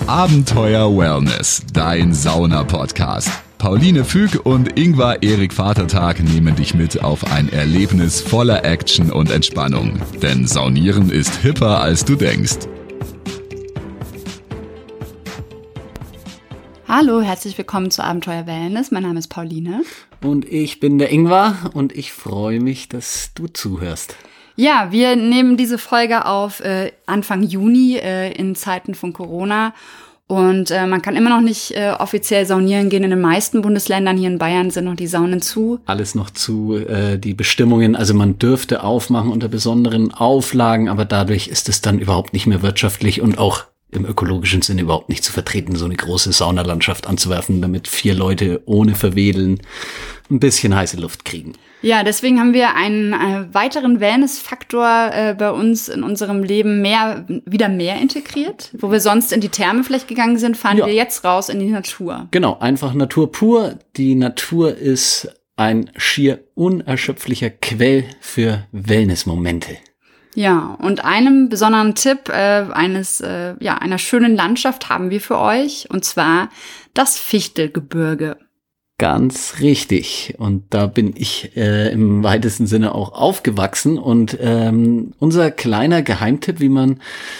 Abenteuer Wellness, dein Sauna-Podcast. Pauline Füg und Ingvar Erik Vatertag nehmen dich mit auf ein Erlebnis voller Action und Entspannung. Denn Saunieren ist hipper, als du denkst. Hallo, herzlich willkommen zu Abenteuer Wellness. Mein Name ist Pauline. Und ich bin der Ingvar und ich freue mich, dass du zuhörst. Ja, wir nehmen diese Folge auf Anfang Juni in Zeiten von Corona. Und man kann immer noch nicht offiziell saunieren gehen in den meisten Bundesländern. Hier in Bayern sind noch die Saunen zu. Alles noch zu, die Bestimmungen. Also man dürfte aufmachen unter besonderen Auflagen, aber dadurch ist es dann überhaupt nicht mehr wirtschaftlich und auch im ökologischen Sinne überhaupt nicht zu vertreten, so eine große Saunalandschaft anzuwerfen, damit 4 Leute ohne Verwedeln ein bisschen heiße Luft kriegen. Ja, deswegen haben wir einen weiteren Wellness-Faktor bei uns in unserem Leben wieder mehr integriert. Wo wir sonst in die Therme vielleicht gegangen sind, fahren wir jetzt raus in die Natur. Genau, einfach Natur pur. Die Natur ist ein schier unerschöpflicher Quell für Wellness-Momente. Ja, und einem besonderen Tipp einer schönen Landschaft haben wir für euch, und zwar das Fichtelgebirge. Ganz richtig. Und da bin ich im weitesten Sinne auch aufgewachsen. Und unser kleiner Geheimtipp, wie man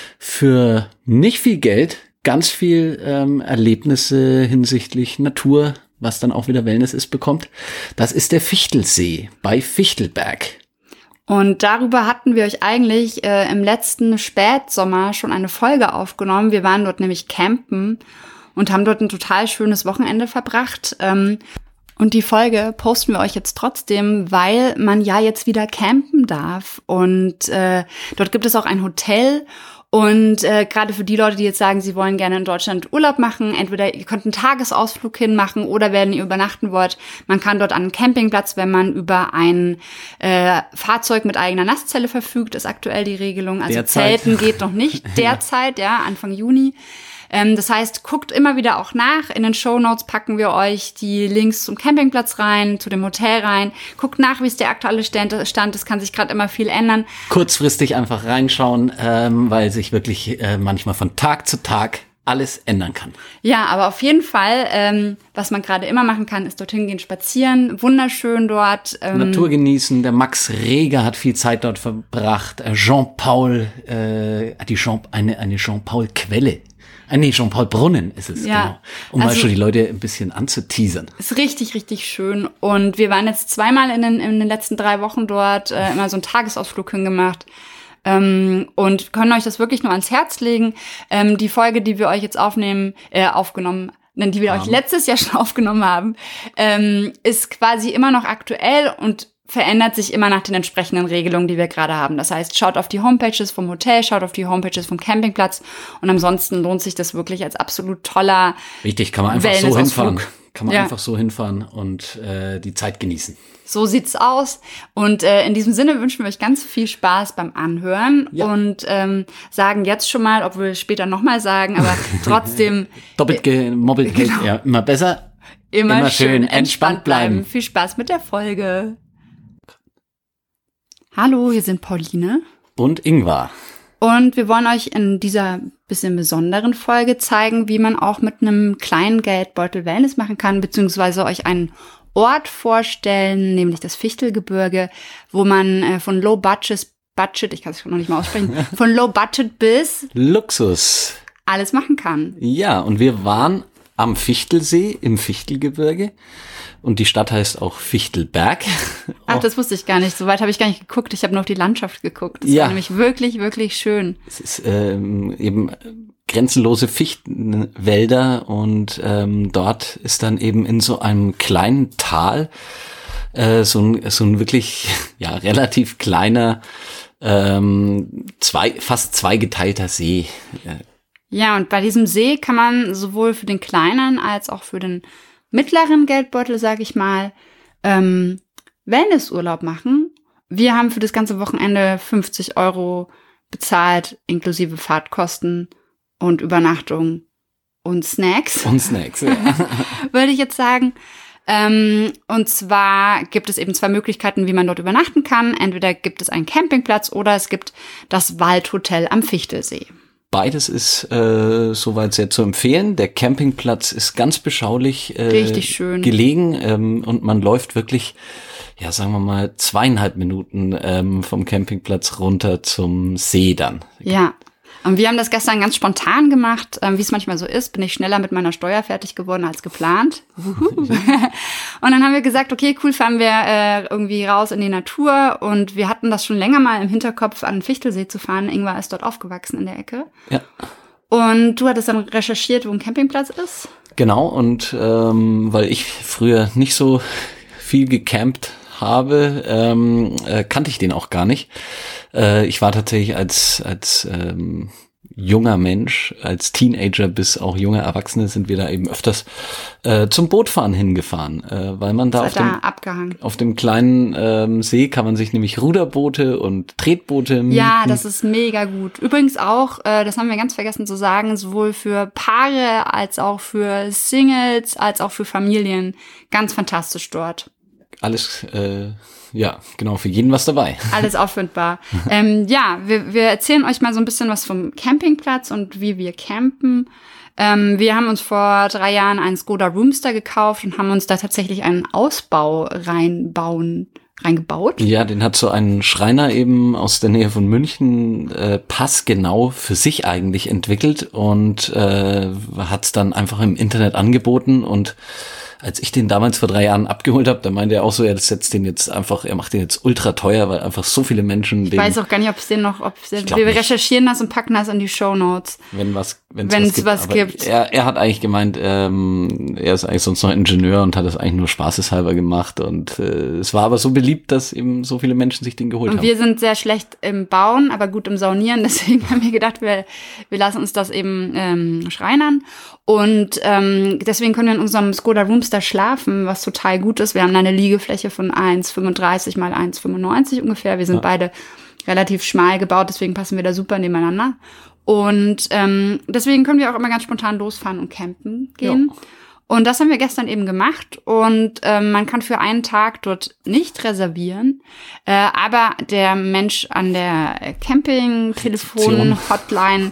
für nicht viel Geld ganz viel Erlebnisse hinsichtlich Natur, was dann auch wieder Wellness ist, bekommt, das ist der Fichtelsee bei Fichtelberg. Und darüber hatten wir euch eigentlich im letzten Spätsommer schon eine Folge aufgenommen. Wir waren dort nämlich campen und haben dort ein total schönes Wochenende verbracht. Und die Folge posten wir euch jetzt trotzdem, weil man ja jetzt wieder campen darf. Und dort gibt es auch ein Hotel. Und gerade für die Leute, die jetzt sagen, sie wollen gerne in Deutschland Urlaub machen, entweder ihr könnt einen Tagesausflug hinmachen oder wenn ihr übernachten wollt, man kann dort an einen Campingplatz, wenn man über ein Fahrzeug mit eigener Nasszelle verfügt, ist aktuell die Regelung. Also derzeit. Zelten geht noch nicht derzeit, Anfang Juni. Das heißt, guckt immer wieder auch nach. In den Shownotes packen wir euch die Links zum Campingplatz rein, zu dem Hotel rein. Guckt nach, wie es der aktuelle Stand ist. Es kann sich gerade immer viel ändern. Kurzfristig einfach reinschauen, weil sich wirklich manchmal von Tag zu Tag alles ändern kann. Ja, aber auf jeden Fall, was man gerade immer machen kann, ist dorthin gehen, spazieren. Wunderschön dort. Natur genießen. Der Max Reger hat viel Zeit dort verbracht. Jean-Paul, eine Jean-Paul-Quelle. Jean-Paul-Brunnen ist es, genau. Um mal schon die Leute ein bisschen anzuteasern. Ist richtig, richtig schön. Und wir waren jetzt zweimal in den letzten 3 Wochen dort, immer so einen Tagesausflug hingemacht. Und können euch das wirklich nur ans Herz legen. Die Folge, die wir euch jetzt die wir euch letztes Jahr schon aufgenommen haben, ist quasi immer noch aktuell und verändert sich immer nach den entsprechenden Regelungen, die wir gerade haben. Das heißt, schaut auf die Homepages vom Hotel, schaut auf die Homepages vom Campingplatz und ansonsten lohnt sich das wirklich als absolut toller Richtig, kann man einfach so hinfahren. Einfach so hinfahren und die Zeit genießen. So sieht's aus. Und in diesem Sinne wünschen wir euch ganz viel Spaß beim Anhören und sagen jetzt schon mal, obwohl wir später nochmal sagen, aber trotzdem doppelt gemobbelt geht immer besser. Immer schön entspannt bleiben. Viel Spaß mit der Folge. Hallo, hier sind Pauline und Ingvar. Und wir wollen euch in dieser bisschen besonderen Folge zeigen, wie man auch mit einem kleinen Geldbeutel Wellness machen kann, beziehungsweise euch einen Ort vorstellen, nämlich das Fichtelgebirge, wo man von Low Budget, ich kann es noch nicht mal aussprechen, von Low Budget bis Luxus alles machen kann. Ja, und wir waren am Fichtelsee im Fichtelgebirge. Und die Stadt heißt auch Fichtelberg. Ach, das wusste ich gar nicht. So weit habe ich gar nicht geguckt. Ich habe nur auf die Landschaft geguckt. Das war nämlich wirklich, wirklich schön. Es ist eben grenzenlose Fichtenwälder und dort ist dann eben in so einem kleinen Tal so ein wirklich relativ kleiner, fast zweigeteilter See. Ja, und bei diesem See kann man sowohl für den kleinen als auch für den mittleren Geldbeutel, sage ich mal, Wellnessurlaub machen. Wir haben für das ganze Wochenende 50 € bezahlt, inklusive Fahrtkosten und Übernachtung und Snacks. Würde ich jetzt sagen. Und zwar gibt es eben 2 Möglichkeiten, wie man dort übernachten kann. Entweder gibt es einen Campingplatz oder es gibt das Waldhotel am Fichtelsee. beides ist soweit sehr zu empfehlen. Der Campingplatz ist ganz beschaulich richtig schön gelegen und man läuft wirklich, ja, sagen wir mal 2,5 Minuten vom Campingplatz runter zum See dann. Ja. Und wir haben das gestern ganz spontan gemacht, wie es manchmal so ist, bin ich schneller mit meiner Steuer fertig geworden als geplant. Und dann haben wir gesagt, okay, cool, fahren wir irgendwie raus in die Natur. Und wir hatten das schon länger mal im Hinterkopf, an den Fichtelsee zu fahren. Ingvar ist dort aufgewachsen in der Ecke. Ja. Und du hattest dann recherchiert, wo ein Campingplatz ist? Genau, und weil ich früher nicht so viel gecampt habe, kannte ich den auch gar nicht. Ich war tatsächlich als junger Mensch, als Teenager bis auch junge Erwachsene sind wir da eben öfters zum Bootfahren hingefahren, weil man da auf dem kleinen See kann man sich nämlich Ruderboote und Tretboote mieten. Ja, das ist mega gut. Übrigens auch, das haben wir ganz vergessen zu sagen, sowohl für Paare als auch für Singles, als auch für Familien. Ganz fantastisch dort. Alles, ja, genau, für jeden was dabei. Alles auffindbar. Ja, wir erzählen euch mal so ein bisschen was vom Campingplatz und wie wir campen. Wir haben uns vor 3 Jahren einen Skoda Roomster gekauft und haben uns da tatsächlich einen Ausbau reingebaut. Ja, den hat so ein Schreiner eben aus der Nähe von München passgenau für sich eigentlich entwickelt und hat es dann einfach im Internet angeboten. Und als ich den damals vor 3 Jahren abgeholt habe, da meinte er auch so, er macht den jetzt ultra teuer, weil einfach so viele Menschen Ich weiß auch gar nicht, wir recherchieren das und packen das in die Shownotes. Wenn es was gibt. Er hat eigentlich gemeint, er ist eigentlich sonst noch Ingenieur und hat das eigentlich nur spaßeshalber gemacht und es war aber so beliebt, dass eben so viele Menschen sich den geholt haben. Und wir sind sehr schlecht im Bauen, aber gut im Saunieren, deswegen haben wir gedacht, wir lassen uns das eben schreinern. Und deswegen können wir in unserem Skoda Roomster schlafen, was total gut ist. Wir haben eine Liegefläche von 1,35 mal 1,95 ungefähr. Wir sind beide relativ schmal gebaut, deswegen passen wir da super nebeneinander. Und deswegen können wir auch immer ganz spontan losfahren und campen gehen. Ja. Und das haben wir gestern eben gemacht und man kann für einen Tag dort nicht reservieren, aber der Mensch an der Camping-Telefon-Hotline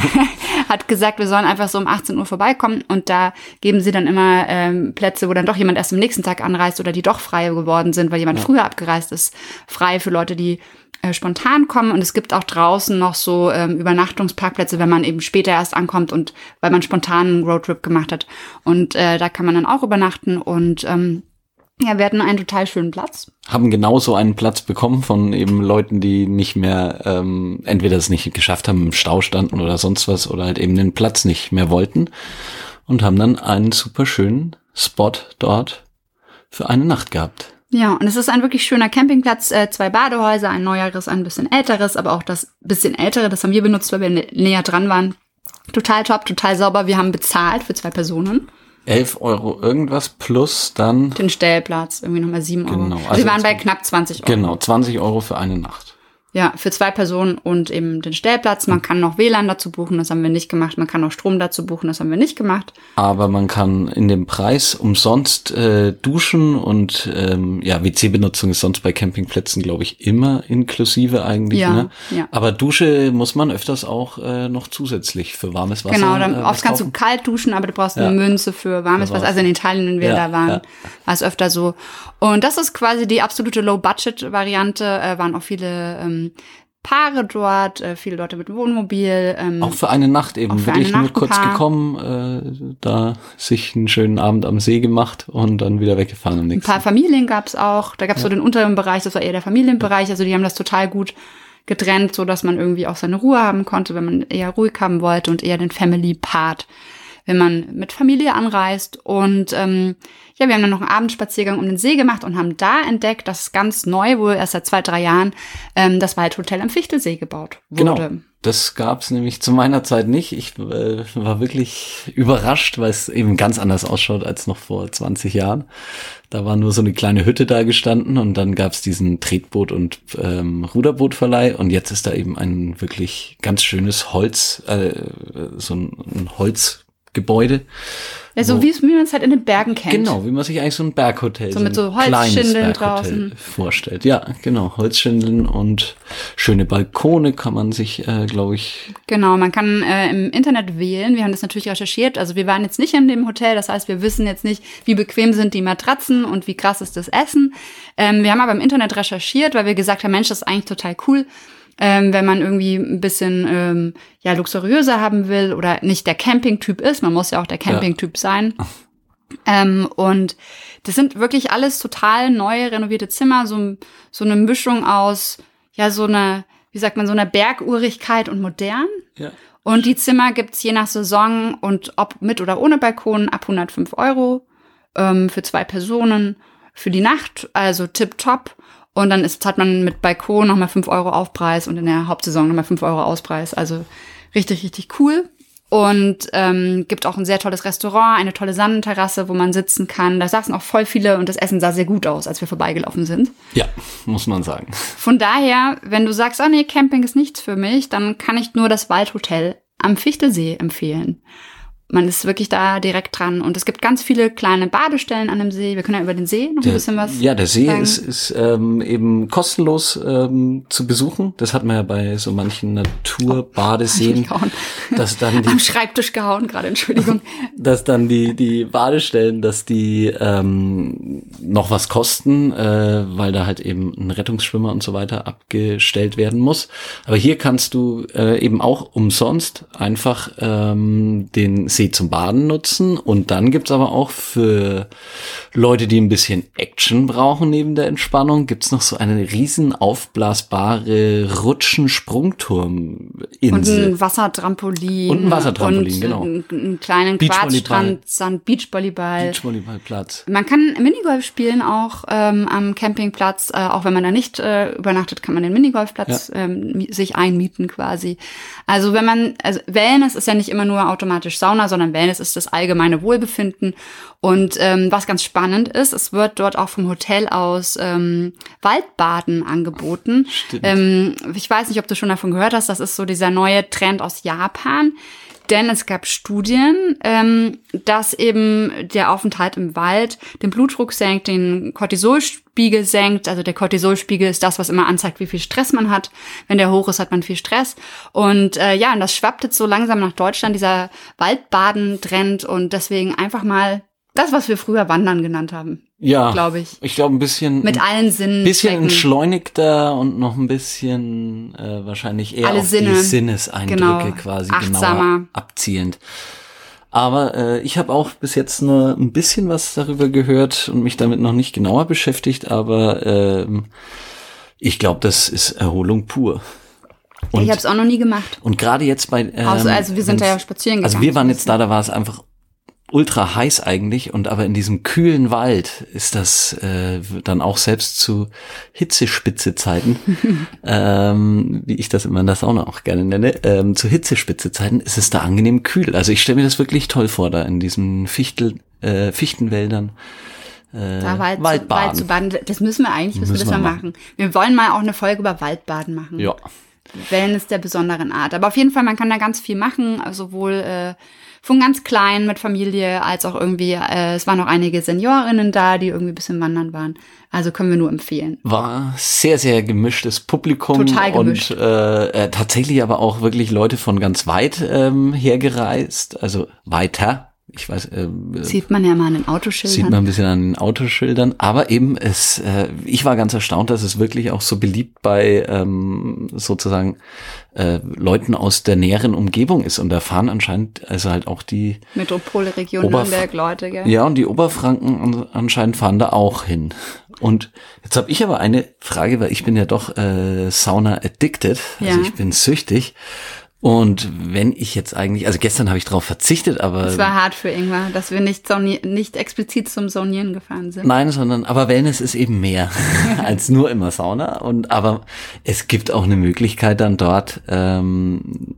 hat gesagt, wir sollen einfach so um 18 Uhr vorbeikommen und da geben sie dann immer Plätze, wo dann doch jemand erst am nächsten Tag anreist oder die doch frei geworden sind, weil jemand früher abgereist ist, frei für Leute, die spontan kommen. Und es gibt auch draußen noch so Übernachtungsparkplätze, wenn man eben später erst ankommt und weil man spontan einen Roadtrip gemacht hat. Und da kann man dann auch übernachten. Und ja, wir hatten einen total schönen Platz. Haben genauso einen Platz bekommen von eben Leuten, die nicht mehr entweder es nicht geschafft haben, im Stau standen oder sonst was oder halt eben den Platz nicht mehr wollten und haben dann einen super schönen Spot dort für eine Nacht gehabt. Ja, und es ist ein wirklich schöner Campingplatz, 2 Badehäuser, ein neueres, ein bisschen älteres, aber auch das bisschen ältere, das haben wir benutzt, weil wir näher dran waren. Total top, total sauber. Wir haben bezahlt für 2 Personen. 11 € irgendwas plus dann den Stellplatz, irgendwie nochmal 7 €. Genau. Also wir waren bei knapp 20 €. Genau, 20 € für eine Nacht. Ja, für 2 Personen und eben den Stellplatz. Man kann noch WLAN dazu buchen, das haben wir nicht gemacht. Man kann auch Strom dazu buchen, das haben wir nicht gemacht. Aber man kann in dem Preis umsonst duschen und WC-Benutzung ist sonst bei Campingplätzen, glaube ich, immer inklusive eigentlich. Ja, ne? Ja. Aber Dusche muss man öfters auch noch zusätzlich für warmes Wasser. Genau, dann oft kannst du kalt duschen, aber du brauchst eine Münze für warmes Wasser. Also in Italien, wenn wir da waren, war es öfter so. Und das ist quasi die absolute Low-Budget-Variante. Waren auch viele Paare dort, viele Leute mit Wohnmobil. Auch für eine Nacht eben, wirklich nur kurz gekommen, da sich einen schönen Abend am See gemacht und dann wieder weggefahren am nächsten. Ein paar Familien gab's auch, da gab's so den unteren Bereich, das war eher der Familienbereich, also die haben das total gut getrennt, so dass man irgendwie auch seine Ruhe haben konnte, wenn man eher ruhig haben wollte und eher den Family-Part, wenn man mit Familie anreist. Und wir haben dann noch einen Abendspaziergang um den See gemacht und haben da entdeckt, dass ganz neu, wohl erst seit 2-3 Jahren, das Waldhotel am Fichtelsee gebaut wurde. Genau, das gab's nämlich zu meiner Zeit nicht. Ich war wirklich überrascht, weil es eben ganz anders ausschaut als noch vor 20 Jahren. Da war nur so eine kleine Hütte da gestanden und dann gab's diesen Tretboot- und Ruderbootverleih und jetzt ist da eben ein wirklich ganz schönes Holz, so ein Holzgebäude. Ja, so wie man es halt in den Bergen kennt. Genau, wie man sich eigentlich so ein Berghotel, so mit so Holzschindeln draußen vorstellt. Ja, genau, Holzschindeln und schöne Balkone kann man sich, glaube ich. Genau, man kann im Internet wählen. Wir haben das natürlich recherchiert. Also wir waren jetzt nicht in dem Hotel, das heißt, wir wissen jetzt nicht, wie bequem sind die Matratzen und wie krass ist das Essen. Wir haben aber im Internet recherchiert, weil wir gesagt haben, Mensch, das ist eigentlich total cool. Wenn man irgendwie ein bisschen luxuriöser haben will oder nicht der Campingtyp ist, man muss ja auch der Campingtyp sein. Und das sind wirklich alles total neu renovierte Zimmer, so eine Mischung aus, so einer Bergurigkeit und modern. Ja. Und die Zimmer gibt's je nach Saison und ob mit oder ohne Balkon ab 105 € für 2 Personen für die Nacht, also tipptopp. Und dann hat man mit Balkon nochmal 5 € Aufpreis und in der Hauptsaison nochmal 5 € Auspreis. Also richtig, richtig cool. Und gibt auch ein sehr tolles Restaurant, eine tolle Sonnenterrasse, wo man sitzen kann. Da saßen auch voll viele und das Essen sah sehr gut aus, als wir vorbeigelaufen sind. Ja, muss man sagen. Von daher, wenn du sagst, oh nee, Camping ist nichts für mich, dann kann ich nur das Waldhotel am Fichtelsee empfehlen. Man ist wirklich da direkt dran. Und es gibt ganz viele kleine Badestellen an dem See. Wir können ja über den See noch ein bisschen was Ja, der See sagen. ist eben kostenlos zu besuchen. Das hat man ja bei so manchen Naturbadeseen. Dass dann am Schreibtisch gehauen gerade, Entschuldigung. Dass dann die Badestellen, dass die noch was kosten, weil da halt eben ein Rettungsschwimmer und so weiter abgestellt werden muss. Aber hier kannst du eben auch umsonst einfach den See zum Baden nutzen und dann gibt's aber auch für Leute, die ein bisschen Action brauchen neben der Entspannung, gibt's noch so eine riesen aufblasbare Rutschen-Sprungturm-Insel. Und ein Wassertrampolin. Und ein Wassertrampolin, und genau. Einen kleinen Quarzstrand, Beachvolleyball. Beachvolleyballplatz. Man kann Minigolf spielen auch am Campingplatz. Auch wenn man da nicht übernachtet, kann man den Minigolfplatz sich einmieten quasi. Also Wellness ist ja nicht immer nur automatisch Sauna, sondern Wellness ist das allgemeine Wohlbefinden. Und was ganz spannend ist, es wird dort auch vom Hotel aus Waldbaden angeboten. Ich weiß nicht, ob du schon davon gehört hast, das ist so dieser neue Trend aus Japan. Denn es gab Studien, dass eben der Aufenthalt im Wald den Blutdruck senkt, den Cortisolspiegel senkt. Also der Cortisolspiegel ist das, was immer anzeigt, wie viel Stress man hat. Wenn der hoch ist, hat man viel Stress. Und und das schwappt jetzt so langsam nach Deutschland, dieser Waldbaden-Trend. Und deswegen einfach mal das, was wir früher Wandern genannt haben. Ja, glaube ich. Ich glaube ein bisschen mit allen Sinnen. Bisschen entschleunigter und noch ein bisschen wahrscheinlich eher alle auf Sinne. Die Sinneseindrücke quasi genauer abzielend. Aber ich habe auch bis jetzt nur ein bisschen was darüber gehört und mich damit noch nicht genauer beschäftigt, aber ich glaube, das ist Erholung pur. Und ich habe es auch noch nie gemacht. Und gerade jetzt bei also wir sind da ja spazieren gegangen. Also wir waren jetzt da war es einfach ultra heiß eigentlich und aber in diesem kühlen Wald ist das dann auch selbst zu Hitzespitzezeiten, wie ich das immer in der Sauna auch gerne nenne, zu Hitzespitzezeiten ist es da angenehm kühl. Also ich stelle mir das wirklich toll vor, da in diesen Fichtenwäldern Wald zu baden. Das müssen wir mal machen. Wir wollen mal auch eine Folge über Waldbaden machen. Ja. Wellness der besonderen Art. Aber auf jeden Fall, man kann da ganz viel machen, sowohl von ganz klein mit Familie, als auch irgendwie, es waren noch einige Seniorinnen da, die irgendwie ein bisschen wandern waren. Also können wir nur empfehlen. War sehr, sehr gemischtes Publikum. Total gemischt. Und tatsächlich aber auch wirklich Leute von ganz weit hergereist, also weiter. Ich weiß, sieht man ja mal an den Autoschildern. Sieht man ein bisschen an den Autoschildern. Aber eben, ich war ganz erstaunt, dass es wirklich auch so beliebt bei sozusagen Leuten aus der näheren Umgebung ist. Und da fahren anscheinend also halt auch die Metropolregion Nürnberg Leute, gell? Ja, und die Oberfranken anscheinend fahren da auch hin. Und jetzt habe ich aber eine Frage, weil ich bin ja doch Sauna addicted. Also ich bin süchtig. Und wenn ich jetzt eigentlich, also gestern habe ich drauf verzichtet, aber... Es war hart für Ingmar, dass wir nicht explizit zum Saunieren gefahren sind. Nein, aber Wellness ist eben mehr als nur immer Sauna. Aber es gibt auch eine Möglichkeit dann dort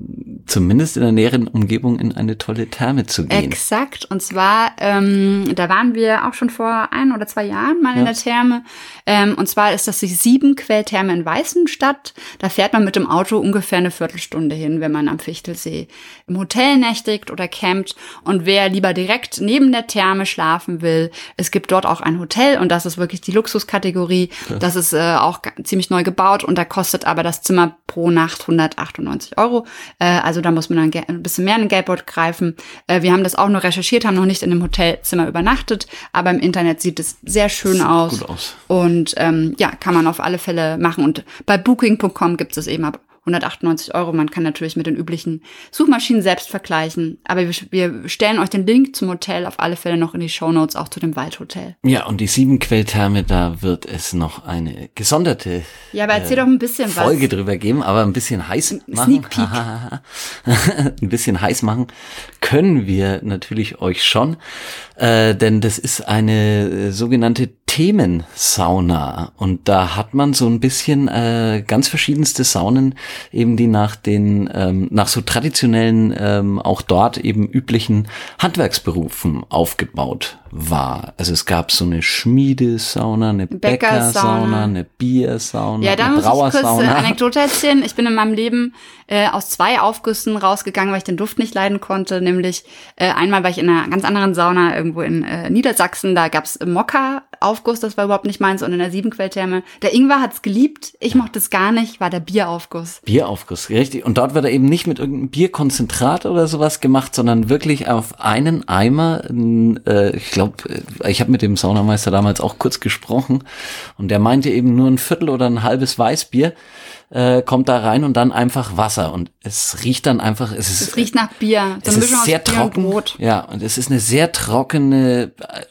zumindest in der näheren Umgebung in eine tolle Therme zu gehen. Exakt. Und zwar, da waren wir auch schon vor 1 oder 2 Jahren mal in der Therme. Und zwar ist das die Siebenquell-Therme in Weißenstadt. Da fährt man mit dem Auto ungefähr eine Viertelstunde hin, wenn man am Fichtelsee im Hotel nächtigt oder campt. Und wer lieber direkt neben der Therme schlafen will, es gibt dort auch ein Hotel und das ist wirklich die Luxuskategorie. Das ist auch ziemlich neu gebaut und da kostet aber das Zimmer pro Nacht 198 €. Also da muss man dann ein bisschen mehr in den Geldbeutel greifen. Wir haben das auch nur recherchiert, haben noch nicht in dem Hotelzimmer übernachtet, aber im Internet sieht es sehr schön aus. Gut aus. Und kann man auf alle Fälle machen. Und bei Booking.com gibt es eben ab 198 €. Man kann natürlich mit den üblichen Suchmaschinen selbst vergleichen. Aber wir stellen euch den Link zum Hotel auf alle Fälle noch in die Shownotes, auch zu dem Waldhotel. Ja, und die Siebenquell-Therme, da wird es noch eine gesonderte aber erzähl doch ein bisschen Folge drüber geben, aber ein bisschen heiß machen. Sneak Peek. Ein bisschen heiß machen können wir natürlich euch schon, denn das ist eine sogenannte Themensauna und da hat man so ein bisschen ganz verschiedenste Saunen, eben die nach so traditionellen, auch dort eben üblichen Handwerksberufen aufgebaut war. Also es gab so eine Schmiedesauna, eine Bäckersauna, eine Biersauna, ja, da eine muss ich kurz Brauersauna. eine Anekdote erzählen. Ich bin in meinem Leben aus 2 Aufgüssen rausgegangen, weil ich den Duft nicht leiden konnte. Nämlich einmal war ich in einer ganz anderen Sauna irgendwo in Niedersachsen. Da gab's Mokka-Aufguss, das war überhaupt nicht meins. Und in der Siebenquell-Therme, der Ingwer hat's geliebt. Ich mochte es gar nicht, war der Bieraufguss. Bieraufguss, richtig. Und dort wird er eben nicht mit irgendeinem Bierkonzentrat oder sowas gemacht, sondern wirklich auf einen Eimer. Ich glaube, ich habe mit dem Saunameister damals auch kurz gesprochen und der meinte eben nur ein Viertel oder ein halbes Weißbier kommt da rein und dann einfach Wasser und es riecht dann einfach, es riecht nach Bier. Es ist sehr trocken. Brot. Ja, und es ist eine sehr trockene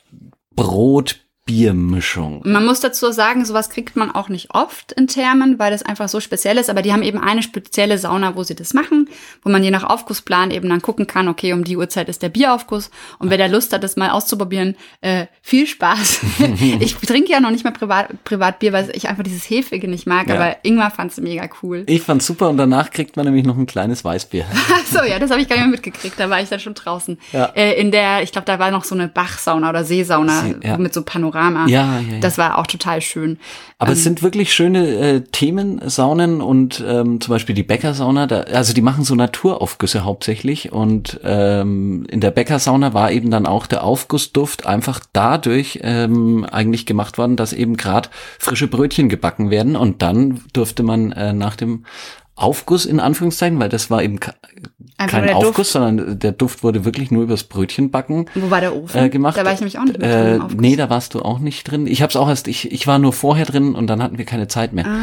Brot-Bier-Mischung. Man muss dazu sagen, sowas kriegt man auch nicht oft in Thermen, weil das einfach so speziell ist. Aber die haben eben eine spezielle Sauna, wo sie das machen, wo man je nach Aufgussplan eben dann gucken kann, okay, um die Uhrzeit ist der Bieraufguss. Und wer da Lust hat, das mal auszuprobieren, viel Spaß. Ich trinke ja noch nicht mal privat Bier, weil ich einfach dieses Hefige nicht mag. Ja. Aber Ingmar fand's mega cool. Ich fand's super und danach kriegt man nämlich noch ein kleines Weißbier. Ach so, ja, das habe ich gar nicht mehr mitgekriegt. Da war ich dann schon draußen. Ja. Ich glaube, da war noch so eine Bachsauna oder Seesauna mit so Panorama. Ja. Das war auch total schön. Aber es sind wirklich schöne Themensaunen und zum Beispiel die Bäckersauna, also die machen so Naturaufgüsse hauptsächlich und in der Bäckersauna war eben dann auch der Aufgussduft einfach dadurch eigentlich gemacht worden, dass eben gerade frische Brötchen gebacken werden und dann durfte man nach dem Aufguss in Anführungszeichen, weil das war eben kein Aufguss, sondern der Duft wurde wirklich nur übers Brötchenbacken Wo war der Ofen? Gemacht. Da war ich nämlich auch nicht mit drin. Nee, da warst du auch nicht drin. Ich hab's auch ich war nur vorher drin und dann hatten wir keine Zeit mehr.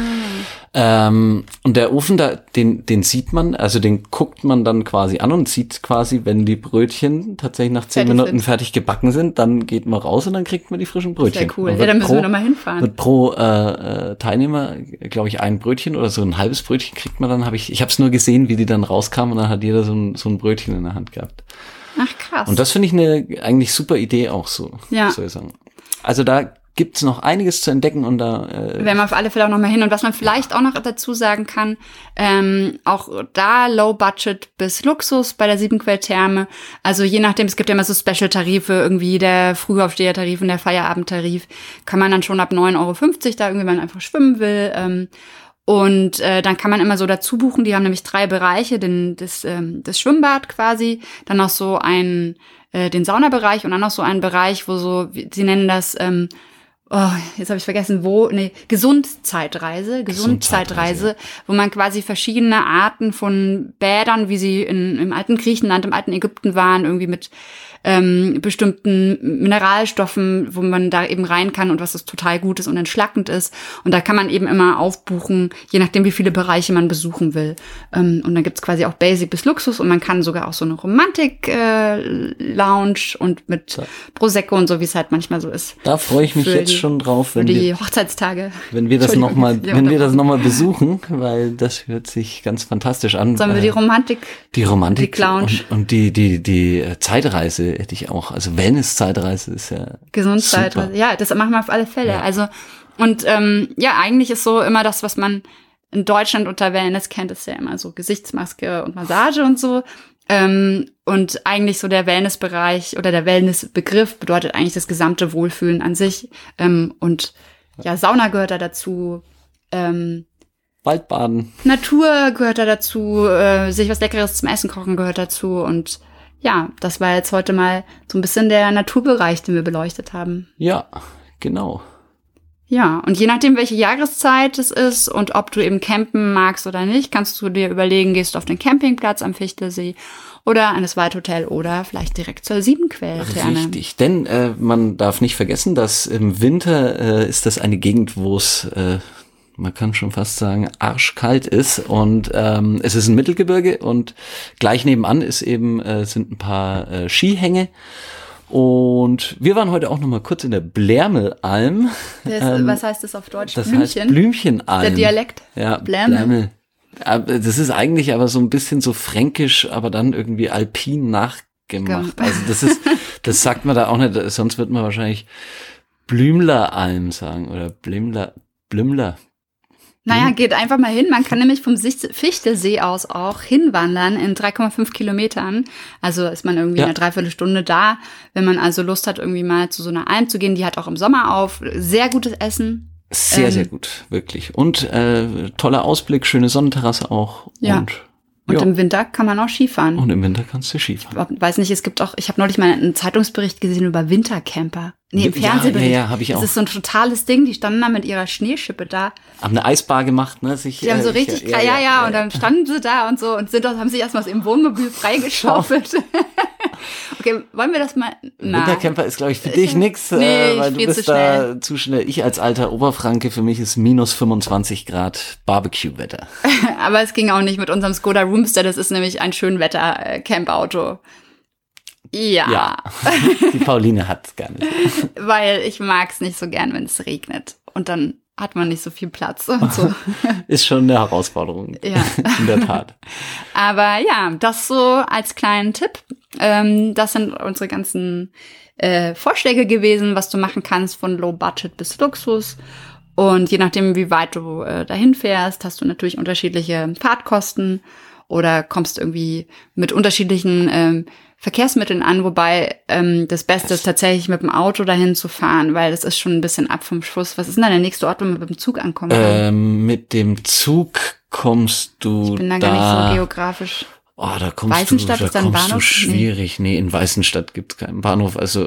Und der Ofen, den sieht man, also den guckt man dann quasi an und sieht quasi, wenn die Brötchen tatsächlich nach 10 Minuten fertig gebacken sind, dann geht man raus und dann kriegt man die frischen Brötchen. Sehr cool. Ja, dann müssen wir nochmal hinfahren. Wird pro Teilnehmer, glaube ich, ein Brötchen oder so ein halbes Brötchen kriegt man dann. Ich habe es nur gesehen, wie die dann rauskamen und dann hat jeder so ein Brötchen in der Hand gehabt. Ach, krass. Und das finde ich eine eigentlich super Idee auch so, soll ich sagen. Also da gibt's noch einiges zu entdecken und da werden wir auf alle Fälle auch noch mal hin. Und was man vielleicht auch noch dazu sagen kann, auch da Low Budget bis Luxus bei der Siebenquell-Therme. Also je nachdem, es gibt ja immer so Special-Tarife, irgendwie der Frühaufsteher-Tarif und der Feierabend-Tarif, kann man dann schon ab 9,50 € da irgendwie, wenn man einfach schwimmen will. Und dann kann man immer so dazu buchen, die haben nämlich 3 Bereiche, das Schwimmbad quasi, dann noch so den Saunabereich und dann noch so einen Bereich, wo so, sie nennen das, jetzt habe ich vergessen, Gesundzeitreise, wo man quasi verschiedene Arten von Bädern, wie sie im alten Griechenland, im alten Ägypten waren, irgendwie mit bestimmten Mineralstoffen, wo man da eben rein kann und was das total gut ist und entschlackend ist. Und da kann man eben immer aufbuchen, je nachdem, wie viele Bereiche man besuchen will. Und dann gibt's quasi auch Basic bis Luxus und man kann sogar auch so eine Romantik-Lounge und mit Prosecco und so, wie es halt manchmal so ist. Da freue ich mich jetzt schon drauf, wenn die Hochzeitstage. Wenn wir das nochmal besuchen, weil das hört sich ganz fantastisch an. Sollen wir die Romantik Lounge und die Zeitreise hätte ich auch, also Wellness-Zeitreise ist ja Gesundzeitreise, ja, das machen wir auf alle Fälle. Ja. Also und eigentlich ist so immer das, was man in Deutschland unter Wellness kennt, ist ja immer so Gesichtsmaske und Massage und so. Und eigentlich so der Wellnessbereich oder der Wellnessbegriff bedeutet eigentlich das gesamte Wohlfühlen an sich. Und ja, Sauna gehört da dazu. Waldbaden. Natur gehört da dazu. Sich was Leckeres zum Essen kochen gehört dazu. Und ja, das war jetzt heute mal so ein bisschen der Naturbereich, den wir beleuchtet haben. Ja, genau. Ja, und je nachdem, welche Jahreszeit es ist und ob du eben campen magst oder nicht, kannst du dir überlegen, gehst du auf den Campingplatz am Fichtelsee oder an das Waldhotel oder vielleicht direkt zur Siebenquell-Therme. Richtig, denn man darf nicht vergessen, dass im Winter ist das eine Gegend, wo es, man kann schon fast sagen, arschkalt ist und es ist ein Mittelgebirge und gleich nebenan ist eben sind ein paar Skihänge. Und wir waren heute auch noch mal kurz in der Blärmelalm. Was heißt das auf Deutsch? Das Blümchen? heißt Blümchenalm. Der Dialekt? Ja, Blärmel. Das ist eigentlich aber so ein bisschen so fränkisch, aber dann irgendwie alpin nachgemacht. Also das sagt man da auch nicht, sonst wird man wahrscheinlich Blümleralm sagen oder Blümler. Naja, geht einfach mal hin. Man kann nämlich vom Fichtelsee aus auch hinwandern in 3,5 Kilometern. Also ist man irgendwie eine Dreiviertelstunde da. Wenn man also Lust hat, irgendwie mal zu so einer Alm zu gehen, die hat auch im Sommer auf. Sehr gutes Essen. Sehr, sehr gut, wirklich. Und toller Ausblick, schöne Sonnenterrasse auch. Ja. Und im Winter kann man auch Skifahren. Und im Winter kannst du Skifahren. Ich weiß nicht, es gibt auch, ich habe neulich mal einen Zeitungsbericht gesehen über Wintercamper. Nee, im Fernsehbericht. Ja, habe ich auch. Das ist so ein totales Ding, die standen da mit ihrer Schneeschippe da. Haben eine Eisbar gemacht, ne? Die haben so richtig, und dann standen sie da und so und haben sich erstmal aus ihrem Wohnmobil freigeschaufelt. Okay, wollen wir das mal? Wintercamper ist, glaube ich, für dich nix, nee, weil du bist da zu schnell. Ich als alter Oberfranke, für mich ist minus 25 Grad Barbecue-Wetter. Aber es ging auch nicht mit unserem Skoda Roomster, das ist nämlich ein Schönwetter-Campauto. Ja. Die Pauline hat's gerne. Weil ich mag's nicht so gern, wenn es regnet. Und dann hat man nicht so viel Platz und so. Ist schon eine Herausforderung. Ja. In der Tat. Aber ja, das so als kleinen Tipp. Das sind unsere ganzen Vorschläge gewesen, was du machen kannst, von Low Budget bis Luxus. Und je nachdem, wie weit du dahin fährst, hast du natürlich unterschiedliche Fahrtkosten oder kommst irgendwie mit unterschiedlichen Verkehrsmitteln an, wobei das Beste ist tatsächlich mit dem Auto dahin zu fahren, weil das ist schon ein bisschen ab vom Schuss. Was ist denn da der nächste Ort, wo man mit dem Zug ankommt? Mit dem Zug kommst du Ich bin da gar nicht so geografisch. Oh, da kommst Weißenstadt du, ist da ein Bahnhof? Du schwierig. Nee, in Weißenstadt gibt's keinen Bahnhof. Also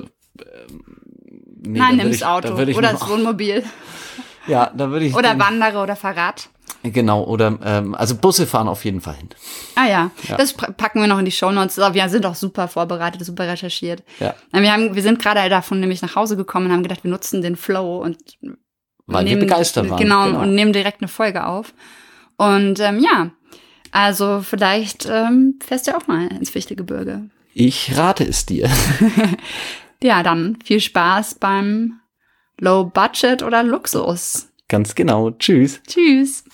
nee, nein, nimm das Auto oder das Wohnmobil. Ja, da würde ich. Oder wandere oder Fahrrad. Genau, oder also Busse fahren auf jeden Fall hin. Ah ja, das packen wir noch in die Shownotes. Wir sind auch super vorbereitet, super recherchiert. Ja. Wir sind gerade davon nämlich nach Hause gekommen und haben gedacht, wir nutzen den Flow und weil wir begeistert waren. Genau, und nehmen direkt eine Folge auf. Und also vielleicht fährst du auch mal ins Fichtelgebirge. Ich rate es dir. Ja, dann viel Spaß beim Low Budget oder Luxus. Ganz genau. Tschüss. Tschüss.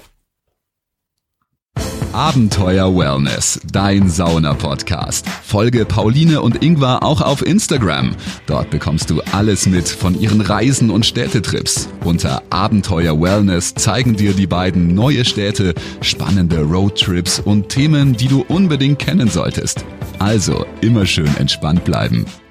Abenteuer Wellness, dein Sauna-Podcast. Folge Pauline und Ingvar auch auf Instagram. Dort bekommst du alles mit von ihren Reisen und Städtetrips. Unter Abenteuer Wellness zeigen dir die beiden neue Städte, spannende Roadtrips und Themen, die du unbedingt kennen solltest. Also immer schön entspannt bleiben.